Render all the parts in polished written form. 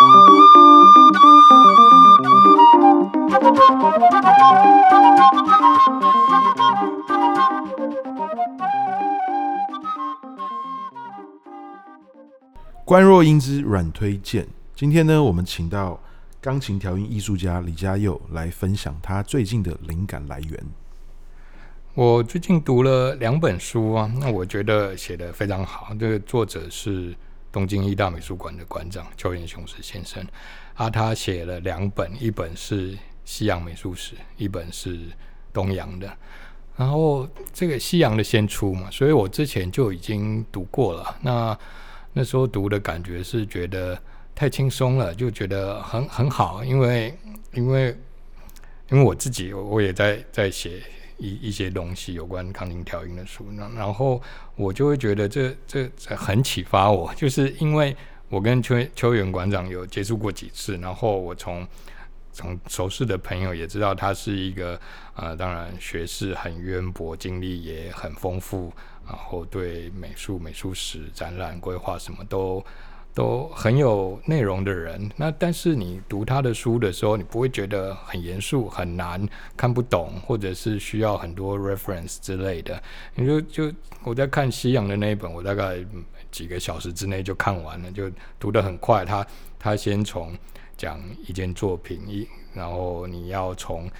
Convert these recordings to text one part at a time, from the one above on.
关若英之软推荐。今天呢，我们请到钢琴调音艺术家李家佑来分享他最近的灵感来源。 我最近读了2本书啊，那我觉得写得非常好。这个作者是东京艺大美术馆的馆长秋元雄司先生啊，他写了2本，一本是西洋美术史，一本是东洋的。然后这个西洋的先出嘛，所以我之前就已经读过了。那时候读的感觉是觉得太轻松了，就觉得很好，因为我自己我也在写一些东西有关钢琴调音的书，然后我就会觉得这很启发我，就是因为我跟秋元馆长有接触过几次，然后我从熟识的朋友也知道他是一个当然学识很渊博，经历也很丰富，然后对美术史、展览规划什么都很有内容的人。那但是你读他的书的时候，你不会觉得很严肃、很难看不懂，或者是需要很多 reference 之类的。你就我在看西洋的那一本，我大概几个小时之内就看完了，就读得很快。他先从讲一件作品，然后你要从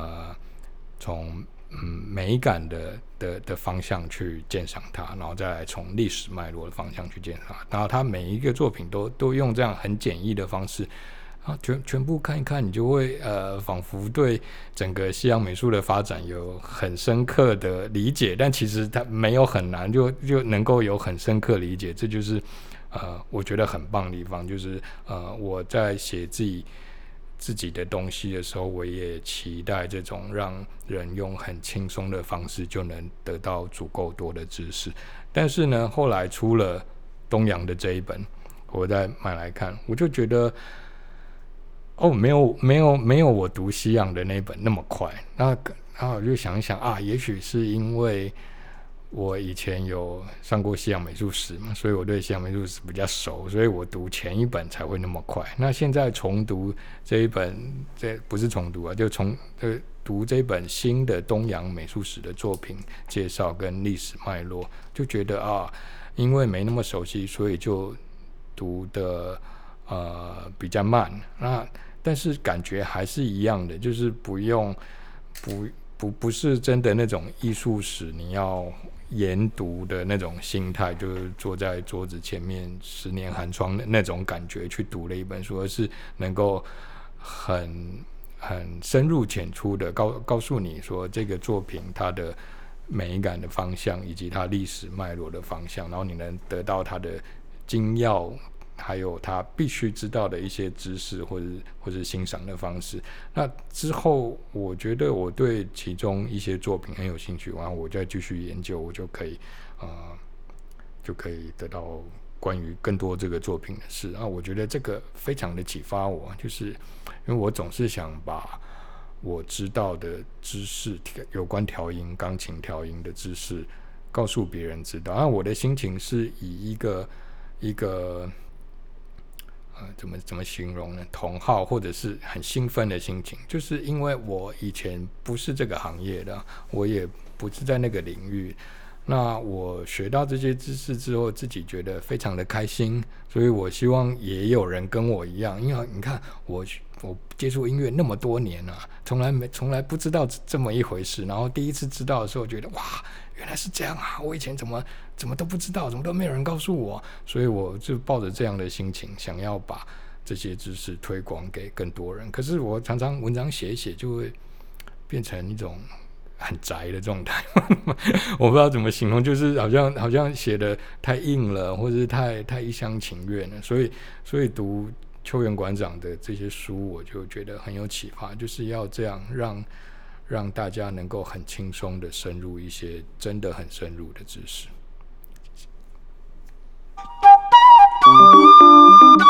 美感的方向去鉴赏它，然后再来从历史脉络的方向去鉴赏它，然后他每一个作品都用这样很简易的方式全部看一看，你就会仿佛对整个西洋美术的发展有很深刻的理解，但其实它没有很难，就能够有很深刻理解。这就是我觉得很棒的地方，就是我在写自己的东西的时候，我也期待这种让人用很轻松的方式就能得到足够多的知识。但是呢，后来出了东洋的这一本，我再买来看，我就觉得没有我读西洋的那一本那么快。然后我就想一想也许是因为我以前有上过西洋美术史嘛，所以我对西洋美术史比较熟，所以我读前一本才会那么快。那现在重读这一本，这不是重读就读这本新的东洋美术史的作品介绍跟历史脉络，就觉得因为没那么熟悉，所以就读的比较慢。但是感觉还是一样的，就是不是真的那种艺术史你要研读的那种心态，就是坐在桌子前面10年寒窗的那种感觉去读了一本书，而是能够很深入浅出的告诉你说这个作品它的美感的方向以及它历史脉络的方向，然后你能得到它的精要，还有他必须知道的一些知识或者欣赏的方式。那之后我觉得我对其中一些作品很有兴趣，然后我再继续研究，我就可以得到关于更多这个作品的事。我觉得这个非常的启发我，就是因为我总是想把我知道的知识，有关调音、钢琴调音的知识告诉别人知道。我的心情是以一个怎么形容呢？同好或者是很兴奋的心情，就是因为我以前不是这个行业的，我也不是在那个领域。那我学到这些知识之后，自己觉得非常的开心，所以我希望也有人跟我一样。因为你看我接触音乐那么多年了，从来不知道这么一回事，然后第一次知道的时候觉得哇，原来是这样啊，我以前怎么都不知道，怎么都没有人告诉我，所以我就抱着这样的心情想要把这些知识推广给更多人。可是我常常文章写一写就会变成一种很宅的状态我不知道怎么形容，就是好像写的太硬了，或者是太一厢情愿了。所以读秋元馆长的这些书，我就觉得很有启发，就是要这样让大家能够很轻松的深入一些真的很深入的知识。谢谢。